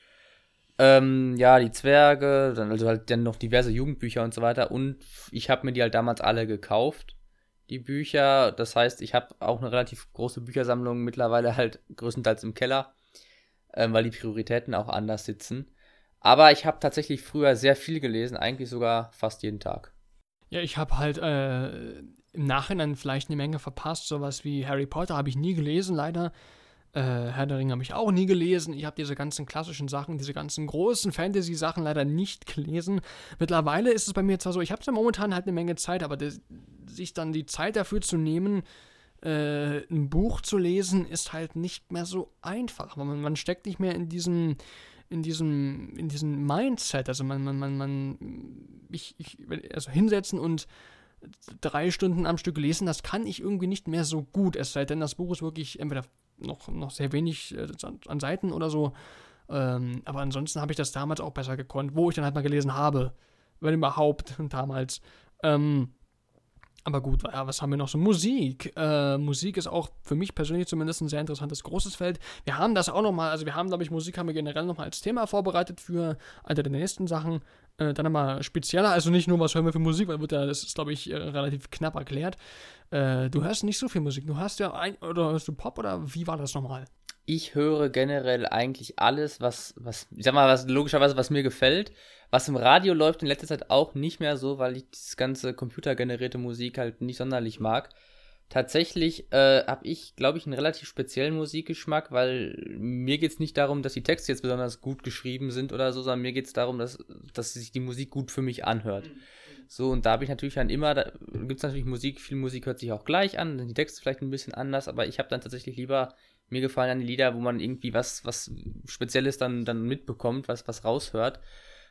Ja, die Zwerge, also halt dann noch diverse Jugendbücher und so weiter. Und ich habe mir die halt damals alle gekauft, die Bücher. Das heißt, ich habe auch eine relativ große Büchersammlung, mittlerweile halt größtenteils im Keller, weil die Prioritäten auch anders sitzen. Aber ich habe tatsächlich früher sehr viel gelesen, eigentlich sogar fast jeden Tag. Ja, ich habe halt im Nachhinein vielleicht eine Menge verpasst. Sowas wie Harry Potter habe ich nie gelesen, leider. Herr der Ringe habe ich auch nie gelesen. Ich habe diese ganzen klassischen Sachen, diese ganzen großen Fantasy-Sachen leider nicht gelesen. Mittlerweile ist es bei mir zwar so, ich habe ja momentan halt eine Menge Zeit, aber sich dann die Zeit dafür zu nehmen, ein Buch zu lesen, ist halt nicht mehr so einfach. Aber man steckt nicht mehr in diesem Mindset. Also also hinsetzen und 3 Stunden am Stück lesen, das kann ich irgendwie nicht mehr so gut, es sei denn, das Buch ist wirklich entweder noch sehr wenig an Seiten oder so, aber ansonsten habe ich das damals auch besser gekonnt, wo ich dann halt mal gelesen habe, wenn überhaupt, damals. Aber gut, ja, was haben wir noch so? Musik. Musik ist auch für mich persönlich zumindest ein sehr interessantes, großes Feld. Wir haben das auch nochmal, also wir haben, glaube ich, Musik haben wir generell nochmal als Thema vorbereitet für eine der nächsten Sachen. Dann nochmal spezieller, also nicht nur, was hören wir für Musik, weil das ist, glaube ich, relativ knapp erklärt. Du hörst nicht so viel Musik. Du hörst ja oder hörst du Pop oder wie war das nochmal? Ich höre generell eigentlich alles, was ich sag mal, was logischerweise, was mir gefällt. Was im Radio läuft in letzter Zeit auch nicht mehr so, weil ich das ganze computergenerierte Musik halt nicht sonderlich mag. Tatsächlich habe ich, glaube ich, einen relativ speziellen Musikgeschmack, weil mir geht es nicht darum, dass die Texte jetzt besonders gut geschrieben sind oder so, sondern mir geht es darum, dass sich die Musik gut für mich anhört. So, und da habe ich natürlich dann immer, da gibt es natürlich Musik, viel Musik hört sich auch gleich an, dann die Texte vielleicht ein bisschen anders, aber ich habe dann tatsächlich lieber, mir gefallen dann die Lieder, wo man irgendwie was Spezielles dann mitbekommt, was raushört,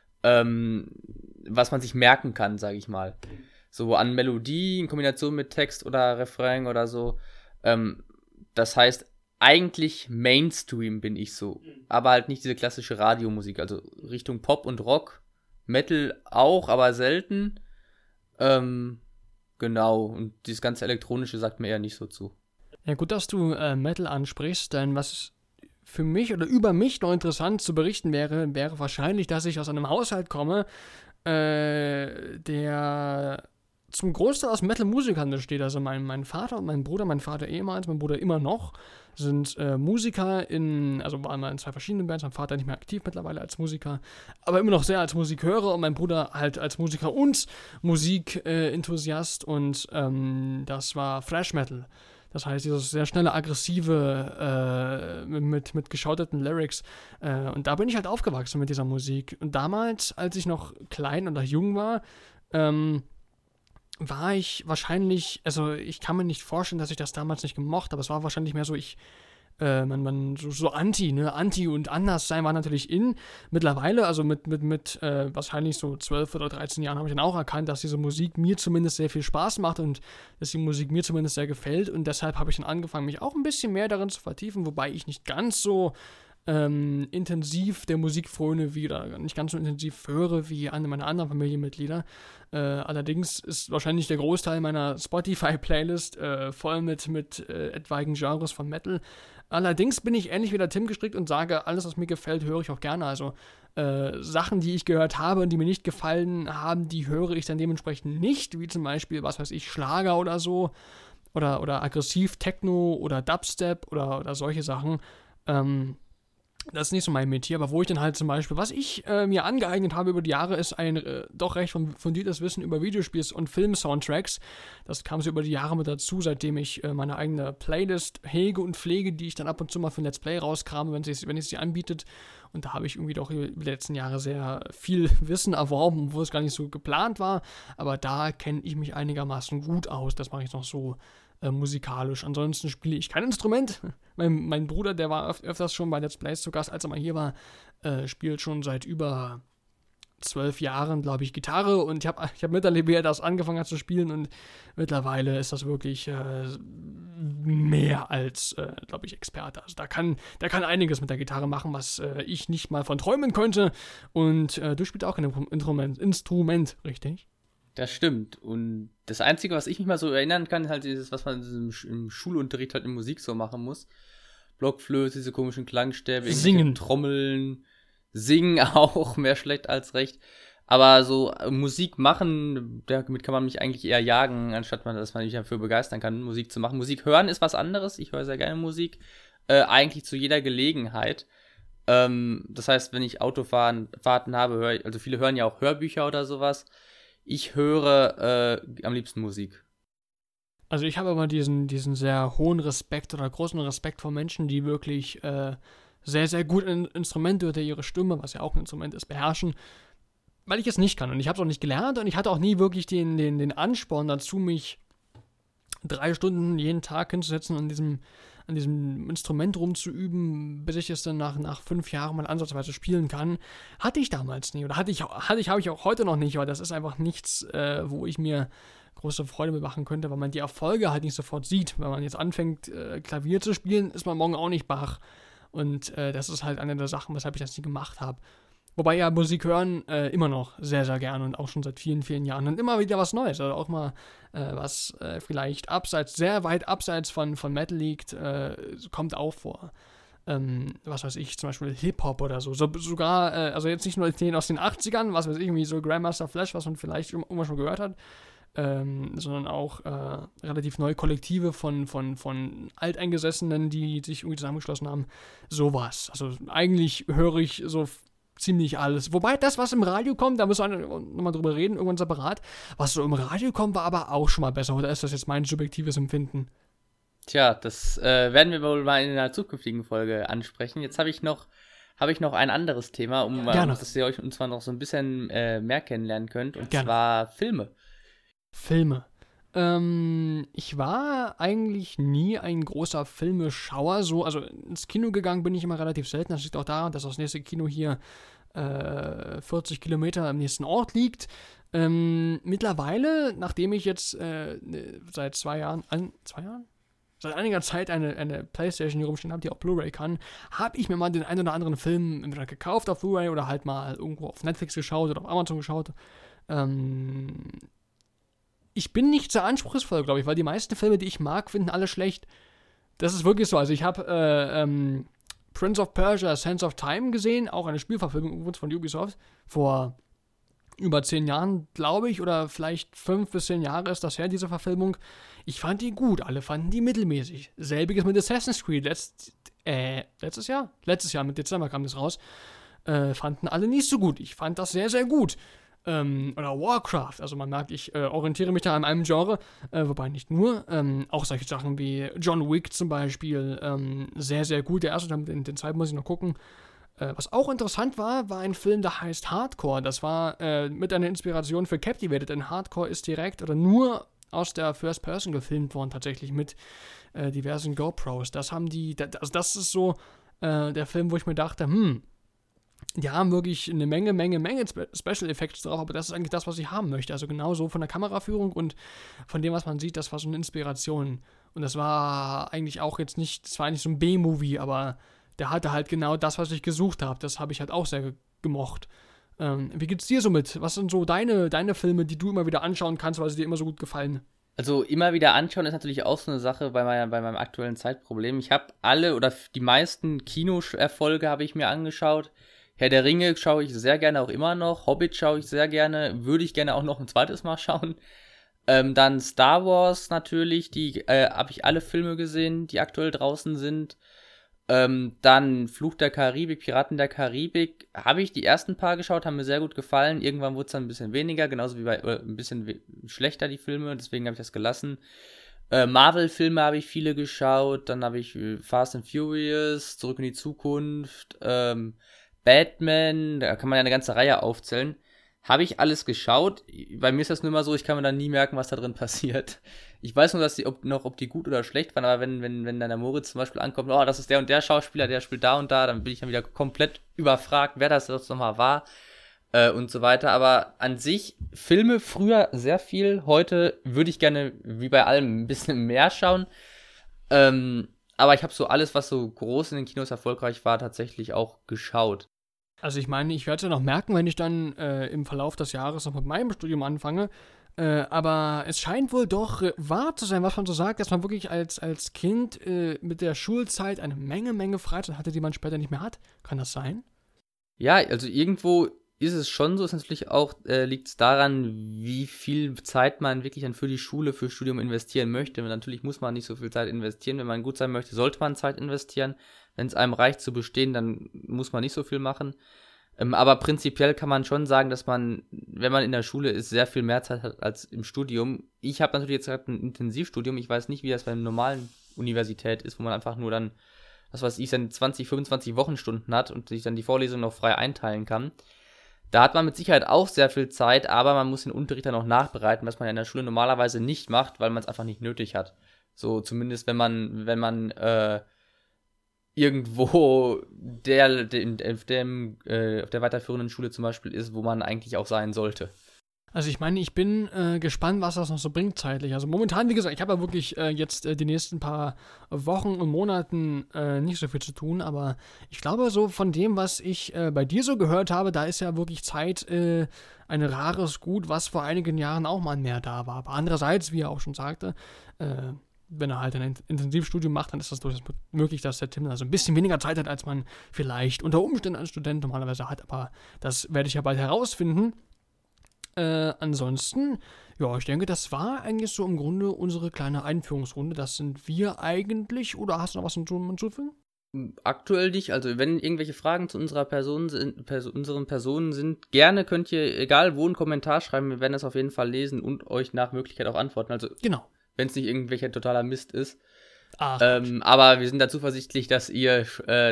was man sich merken kann, sage ich mal. So an Melodie in Kombination mit Text oder Refrain oder so. Das heißt, eigentlich Mainstream bin ich so, aber halt nicht diese klassische Radiomusik, also Richtung Pop und Rock, Metal auch, aber selten. Genau, und dieses ganze Elektronische sagt mir eher nicht so zu. Ja, gut, dass du Metal ansprichst, denn was für mich oder über mich noch interessant zu berichten wäre wahrscheinlich, dass ich aus einem Haushalt komme, der zum Großteil aus Metal-Musikern besteht. Also mein Vater und mein Bruder, mein Vater ehemals, mein Bruder immer noch, sind Musiker also waren mal in 2 verschiedenen Bands, mein Vater nicht mehr aktiv mittlerweile als Musiker, aber immer noch sehr als Musikhörer und mein Bruder halt als Musiker und Musikenthusiast und das war Thrash Metal. Das heißt, dieses sehr schnelle, aggressive, mit geschauteten Lyrics. Und da bin ich halt aufgewachsen mit dieser Musik. Und damals, als ich noch klein oder jung war, war ich wahrscheinlich, also ich kann mir nicht vorstellen, dass ich das damals nicht gemocht habe. Es war wahrscheinlich mehr so, so Anti, ne? Anti und anders sein war natürlich in. Mittlerweile, also mit wahrscheinlich so 12 oder 13 Jahren habe ich dann auch erkannt, dass diese Musik mir zumindest sehr viel Spaß macht und dass die Musik mir zumindest sehr gefällt und deshalb habe ich dann angefangen, mich auch ein bisschen mehr darin zu vertiefen, wobei ich nicht ganz so intensiv der Musik fröne oder nicht ganz so intensiv höre wie eine meiner anderen Familienmitglieder. Allerdings ist wahrscheinlich der Großteil meiner Spotify-Playlist voll mit etwaigen Genres von Metal. Allerdings bin ich ähnlich wie der Tim gestrickt und sage, alles, was mir gefällt, höre ich auch gerne. Also Sachen, die ich gehört habe und die mir nicht gefallen haben, die höre ich dann dementsprechend nicht, wie zum Beispiel, was weiß ich, Schlager oder so oder aggressiv Techno oder Dubstep oder solche Sachen. Das ist nicht so mein Metier, aber wo ich dann halt zum Beispiel, was ich mir angeeignet habe über die Jahre, ist ein doch recht fundiertes Wissen über Videospiels und Film-Soundtracks. Das kam so über die Jahre mit dazu, seitdem ich meine eigene Playlist hege und pflege, die ich dann ab und zu mal für ein Let's Play rauskrame, wenn es sie anbietet. Und da habe ich irgendwie doch über die letzten Jahre sehr viel Wissen erworben, wo es gar nicht so geplant war. Aber da kenne ich mich einigermaßen gut aus. Das mache ich noch so musikalisch. Ansonsten spiele ich kein Instrument. Mein Bruder, der war öfters schon bei Let's Plays zu Gast, als er mal hier war, spielt schon seit über 12 Jahren, glaube ich, Gitarre und ich hab miterlebt, wie er das angefangen hat zu spielen und mittlerweile ist das wirklich mehr als, glaube ich, Experte. Also da kann einiges mit der Gitarre machen, was ich nicht mal von träumen könnte und du spielst auch ein Instrument, richtig? Das stimmt. Und das Einzige, was ich mich mal so erinnern kann, ist halt dieses, was man im Schulunterricht halt in Musik so machen muss. Blockflöte, diese komischen Klangstäbe, Singen. Trommeln, singen auch, mehr schlecht als recht. Aber so Musik machen, damit kann man mich eigentlich eher jagen, anstatt dass man mich dafür begeistern kann, Musik zu machen. Musik hören ist was anderes. Ich höre sehr gerne Musik. Eigentlich zu jeder Gelegenheit. Das heißt, wenn ich Autofahrten habe, also viele hören ja auch Hörbücher oder sowas. Ich höre am liebsten Musik. Also ich habe immer diesen sehr hohen Respekt oder großen Respekt vor Menschen, die wirklich sehr, sehr gut ein Instrument oder ihre Stimme, was ja auch ein Instrument ist, beherrschen, weil ich es nicht kann. Und ich habe es auch nicht gelernt und ich hatte auch nie wirklich den Ansporn dazu, mich 3 Stunden jeden Tag hinzusetzen und an diesem Instrument rumzuüben, bis ich es dann nach 5 Jahren mal ansatzweise spielen kann. Hatte ich damals nie oder habe ich auch heute noch nicht, weil das ist einfach nichts, wo ich mir große Freude mit machen könnte, weil man die Erfolge halt nicht sofort sieht. Wenn man jetzt anfängt, Klavier zu spielen, ist man morgen auch nicht Bach. Und das ist halt eine der Sachen, weshalb ich das nie gemacht habe. Wobei ja Musik hören immer noch sehr, sehr gerne und auch schon seit vielen, vielen Jahren. Und immer wieder was Neues. Also auch mal was vielleicht sehr weit abseits von Metal liegt, kommt auch vor. Was weiß ich, zum Beispiel Hip-Hop oder so. Sogar, also jetzt nicht nur den aus den 80ern, was weiß ich, irgendwie so Grandmaster Flash, was man vielleicht irgendwann schon gehört hat, sondern auch relativ neue Kollektive von Alteingesessenen, die sich irgendwie zusammengeschlossen haben. Sowas. Also eigentlich höre ich so ziemlich alles. Wobei das, was im Radio kommt, da müssen wir nochmal drüber reden, irgendwann separat, was so im Radio kommt, war aber auch schon mal besser. Oder ist das jetzt mein subjektives Empfinden? Tja, das werden wir wohl mal in einer zukünftigen Folge ansprechen. Jetzt habe ich noch ein anderes Thema, dass ihr euch und zwar noch so ein bisschen mehr kennenlernen könnt, und zwar Filme. Ich war eigentlich nie ein großer Filmeschauer, also ins Kino gegangen bin ich immer relativ selten. Das liegt auch daran, dass das nächste Kino hier 40 Kilometer im nächsten Ort liegt. Mittlerweile, nachdem ich jetzt seit einiger Zeit eine Playstation hier rumstehen habe, die auch Blu-ray kann, habe ich mir mal den einen oder anderen Film entweder gekauft auf Blu-ray oder halt mal irgendwo auf Netflix geschaut oder auf Amazon geschaut. Ich bin nicht sehr anspruchsvoll, glaube ich, weil die meisten Filme, die ich mag, finden alle schlecht. Das ist wirklich so. Also ich habe Prince of Persia, Sands of Time gesehen, auch eine Spielverfilmung von Ubisoft, vor über 10 Jahren, glaube ich, oder vielleicht 5 bis 10 Jahre ist das her, diese Verfilmung. Ich fand die gut, alle fanden die mittelmäßig. Selbiges mit Assassin's Creed, letztes Jahr? Letztes Jahr, mit Dezember kam das raus. Fanden alle nicht so gut. Ich fand das sehr, sehr gut. Oder Warcraft, also man merkt, ich orientiere mich da an einem Genre, wobei nicht nur, auch solche Sachen wie John Wick zum Beispiel, sehr, sehr gut. Der erste, den zweiten muss ich noch gucken. Was auch interessant war ein Film, der heißt Hardcore. Das war mit einer Inspiration für Captivated, denn Hardcore ist direkt oder nur aus der First Person gefilmt worden, tatsächlich mit diversen GoPros. Das ist so der Film, wo ich mir dachte, die haben wirklich eine Menge Special Effects drauf, aber das ist eigentlich das, was ich haben möchte. Also genauso von der Kameraführung und von dem, was man sieht, das war so eine Inspiration. Und das war eigentlich auch jetzt nicht, das war eigentlich so ein B-Movie, aber der hatte halt genau das, was ich gesucht habe. Das habe ich halt auch sehr gemocht. Wie geht's dir so mit? Was sind so deine Filme, die du immer wieder anschauen kannst, weil sie dir immer so gut gefallen? Also immer wieder anschauen ist natürlich auch so eine Sache bei meinem aktuellen Zeitproblem. Ich habe alle oder die meisten Kinoerfolge habe ich mir angeschaut. Herr der Ringe schaue ich sehr gerne auch immer noch. Hobbit schaue ich sehr gerne. Würde ich gerne auch noch ein zweites Mal schauen. Dann Star Wars natürlich. Die habe ich alle Filme gesehen, die aktuell draußen sind. Dann Fluch der Karibik, Piraten der Karibik. Habe ich die ersten paar geschaut, haben mir sehr gut gefallen. Irgendwann wurde es dann ein bisschen weniger, genauso wie ein bisschen schlechter die Filme. Deswegen habe ich das gelassen. Marvel-Filme habe ich viele geschaut. Dann habe ich Fast and Furious, Zurück in die Zukunft, Batman, da kann man ja eine ganze Reihe aufzählen. Habe ich alles geschaut. Bei mir ist das nur immer so, ich kann mir dann nie merken, was da drin passiert. Ich weiß nur, ob die gut oder schlecht waren, aber wenn dann der Moritz zum Beispiel ankommt, oh, das ist der und der Schauspieler, der spielt da und da, dann bin ich dann wieder komplett überfragt, wer das jetzt nochmal war und so weiter. Aber an sich, Filme früher sehr viel, heute würde ich gerne, wie bei allem, ein bisschen mehr schauen. Aber ich habe so alles, was so groß in den Kinos erfolgreich war, tatsächlich auch geschaut. Also ich meine, ich werde es ja noch merken, wenn ich dann im Verlauf des Jahres noch mit meinem Studium anfange. Aber es scheint wohl doch wahr zu sein, was man so sagt, dass man wirklich als Kind mit der Schulzeit eine Menge Freizeit hatte, die man später nicht mehr hat. Kann das sein? Ja, also irgendwo ist es schon so. Es natürlich auch liegt es daran, wie viel Zeit man wirklich dann für die Schule, für Studium investieren möchte. Natürlich muss man nicht so viel Zeit investieren. Wenn man gut sein möchte, sollte man Zeit investieren. Wenn es einem reicht zu bestehen, dann muss man nicht so viel machen. Aber prinzipiell kann man schon sagen, dass man wenn man in der Schule ist, sehr viel mehr Zeit hat als im Studium. Ich habe natürlich jetzt gerade ein Intensivstudium. Ich weiß nicht, wie das bei einer normalen Universität ist, wo man einfach nur dann, was weiß ich, dann 20, 25 Wochenstunden hat und sich dann die Vorlesung noch frei einteilen kann. Da hat man mit Sicherheit auch sehr viel Zeit, aber man muss den Unterricht dann auch nachbereiten, was man ja in der Schule normalerweise nicht macht, weil man es einfach nicht nötig hat. So zumindest wenn man irgendwo auf der weiterführenden Schule zum Beispiel ist, wo man eigentlich auch sein sollte. Also ich meine, ich bin gespannt, was das noch so bringt zeitlich. Also momentan, wie gesagt, ich habe ja wirklich jetzt die nächsten paar Wochen und Monaten nicht so viel zu tun, aber ich glaube so von dem, was ich bei dir so gehört habe, da ist ja wirklich Zeit ein rares Gut, was vor einigen Jahren auch mal mehr da war. Aber andererseits, wie er auch schon sagte, wenn er halt ein Intensivstudium macht, dann ist das durchaus möglich, dass der Tim also ein bisschen weniger Zeit hat, als man vielleicht unter Umständen als Student normalerweise hat. Aber das werde ich ja bald herausfinden. Ansonsten, ja, ich denke, das war eigentlich so im Grunde unsere kleine Einführungsrunde. Das sind wir eigentlich. Oder hast du noch was hinzuzufügen? Aktuell nicht. Also wenn irgendwelche Fragen zu unserer unseren Personen sind, gerne könnt ihr, egal wo, einen Kommentar schreiben. Wir werden das auf jeden Fall lesen und euch nach Möglichkeit auch antworten. Also genau. Wenn es nicht irgendwelcher totaler Mist ist. Aber wir sind da zuversichtlich, dass ihr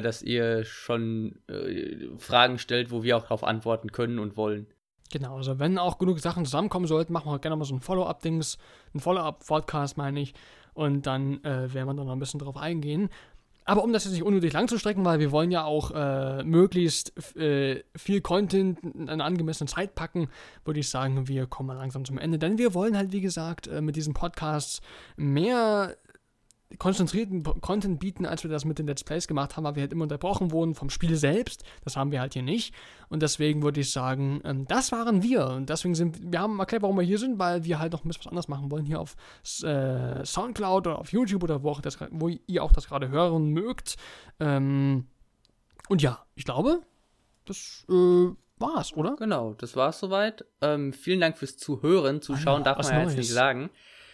schon Fragen stellt, wo wir auch darauf antworten können und wollen. Genau, also wenn auch genug Sachen zusammenkommen sollten, machen wir gerne mal so ein Follow-up-Dings, ein Follow-up-Podcast meine ich, und dann werden wir da noch ein bisschen drauf eingehen. Aber um das jetzt nicht unnötig lang zu strecken, weil wir wollen ja auch möglichst viel Content in eine angemessene Zeit packen, würde ich sagen, wir kommen mal langsam zum Ende. Denn wir wollen halt, wie gesagt, mit diesen Podcasts mehr konzentrierten Content bieten, als wir das mit den Let's Plays gemacht haben, weil wir halt immer unterbrochen wurden vom Spiel selbst. Das haben wir halt hier nicht. Und deswegen würde ich sagen, das waren wir. Und deswegen wir haben erklärt, warum wir hier sind, weil wir halt noch ein bisschen was anderes machen wollen, hier auf Soundcloud oder auf YouTube oder wo ihr auch das gerade hören mögt. Und ja, ich glaube, das war's, oder? Genau, das war's soweit. Vielen Dank fürs Zuhören. Zuschauen darf man ja jetzt nicht sagen.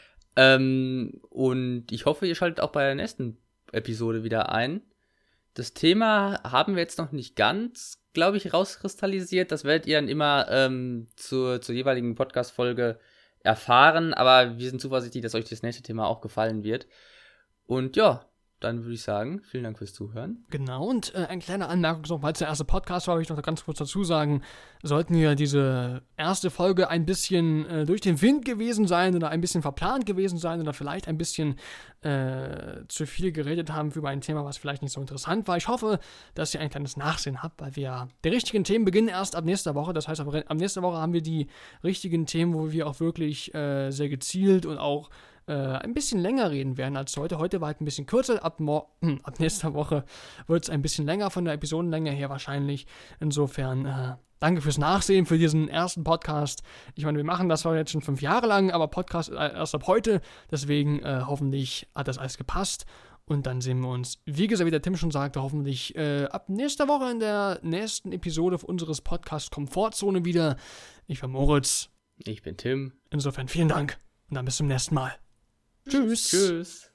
Und ich hoffe, ihr schaltet auch bei der nächsten Episode wieder ein. Das Thema haben wir jetzt noch nicht ganz, glaube ich, rauskristallisiert. Das werdet ihr dann immer zur jeweiligen Podcast-Folge erfahren. Aber wir sind zuversichtlich, dass euch das nächste Thema auch gefallen wird. Und ja, dann würde ich sagen, vielen Dank fürs Zuhören. Genau, und eine kleine Anmerkung noch, weil es der erste Podcast war, will ich noch ganz kurz dazu sagen, sollten wir diese erste Folge ein bisschen durch den Wind gewesen sein oder ein bisschen verplant gewesen sein oder vielleicht ein bisschen zu viel geredet haben über ein Thema, was vielleicht nicht so interessant war. Ich hoffe, dass ihr ein kleines Nachsehen habt, weil wir die richtigen Themen beginnen erst ab nächster Woche. Das heißt, ab nächster Woche haben wir die richtigen Themen, wo wir auch wirklich sehr gezielt und auch ein bisschen länger reden werden als heute. Heute war halt ein bisschen kürzer, ab nächster Woche wird es ein bisschen länger von der Episodenlänge her wahrscheinlich. Insofern, danke fürs Nachsehen für diesen ersten Podcast. Ich meine, wir machen das zwar jetzt schon 5 Jahre lang, aber Podcast erst ab heute. Deswegen hoffentlich hat das alles gepasst. Und dann sehen wir uns, wie gesagt, wie der Tim schon sagte, hoffentlich ab nächster Woche in der nächsten Episode unseres Podcasts Komfortzone wieder. Ich bin Moritz. Ich bin Tim. Insofern vielen Dank und dann bis zum nächsten Mal. Tschüss. Tschüss.